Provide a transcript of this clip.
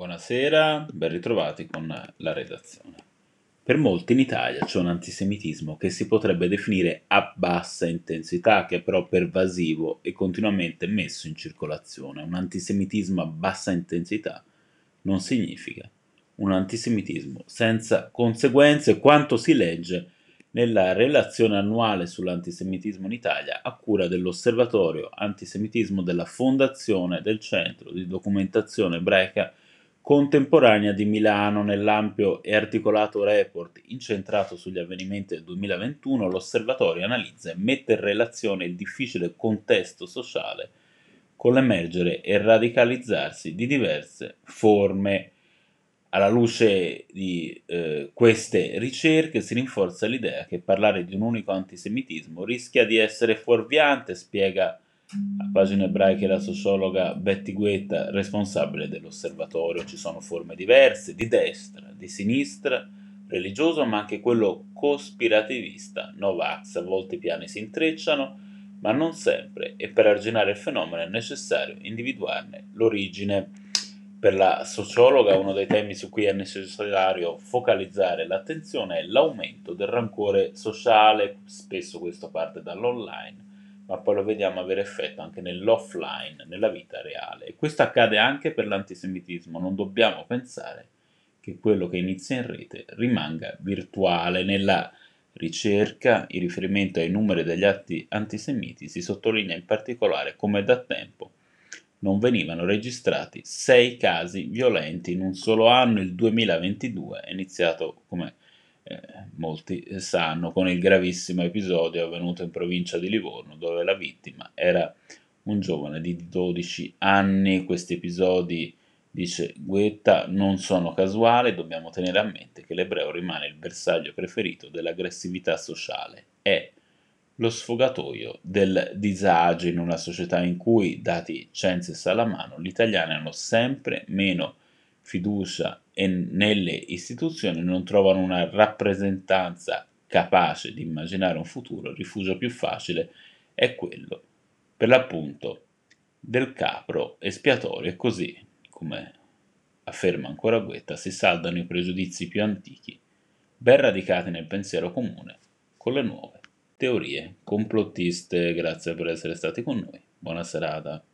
Buonasera, ben ritrovati con la redazione. Per molti in Italia c'è un antisemitismo che si potrebbe definire a bassa intensità, che è però pervasivo e continuamente messo in circolazione. Un antisemitismo a bassa intensità non significa un antisemitismo senza conseguenze, quanto si legge nella relazione annuale sull'antisemitismo in Italia a cura dell'Osservatorio Antisemitismo della Fondazione del Centro di Documentazione Ebraica Contemporanea di Milano. Nell'ampio e articolato report incentrato sugli avvenimenti del 2021, l'osservatorio analizza e mette in relazione il difficile contesto sociale con l'emergere e radicalizzarsi di diverse forme. Alla luce di queste ricerche si rinforza l'idea che parlare di un unico antisemitismo rischia di essere fuorviante, spiega a pagine ebraiche la sociologa Betty Guetta, responsabile dell'osservatorio. Ci sono forme diverse, di destra, di sinistra, religioso, ma anche quello cospirativista, Novax. A volte i piani si intrecciano, ma non sempre, e per arginare il fenomeno è necessario individuarne l'origine. Per la sociologa uno dei temi su cui è necessario focalizzare l'attenzione è l'aumento del rancore sociale. Spesso questo parte dall'online, ma poi lo vediamo avere effetto anche nell'offline, nella vita reale. E questo accade anche per l'antisemitismo. Non dobbiamo pensare che quello che inizia in rete rimanga virtuale. Nella ricerca, in riferimento ai numeri degli atti antisemiti, si sottolinea in particolare come da tempo non venivano registrati 6 casi violenti in un solo anno. Il 2022 è iniziato, come molti sanno, con il gravissimo episodio avvenuto in provincia di Livorno, dove la vittima era un giovane di 12 anni. Questi episodi, dice Guetta, non sono casuali. Dobbiamo tenere a mente che l'ebreo rimane il bersaglio preferito dell'aggressività sociale. È lo sfogatoio del disagio in una società in cui, dati census alla mano, gli italiani hanno sempre meno fiducia nelle istituzioni, non trovano una rappresentanza capace di immaginare un futuro. Il rifugio più facile è quello, per l'appunto, del capro espiatorio, e così, come afferma ancora Guetta, si saldano i pregiudizi più antichi, ben radicati nel pensiero comune, con le nuove teorie complottiste. Grazie per essere stati con noi. Buona serata.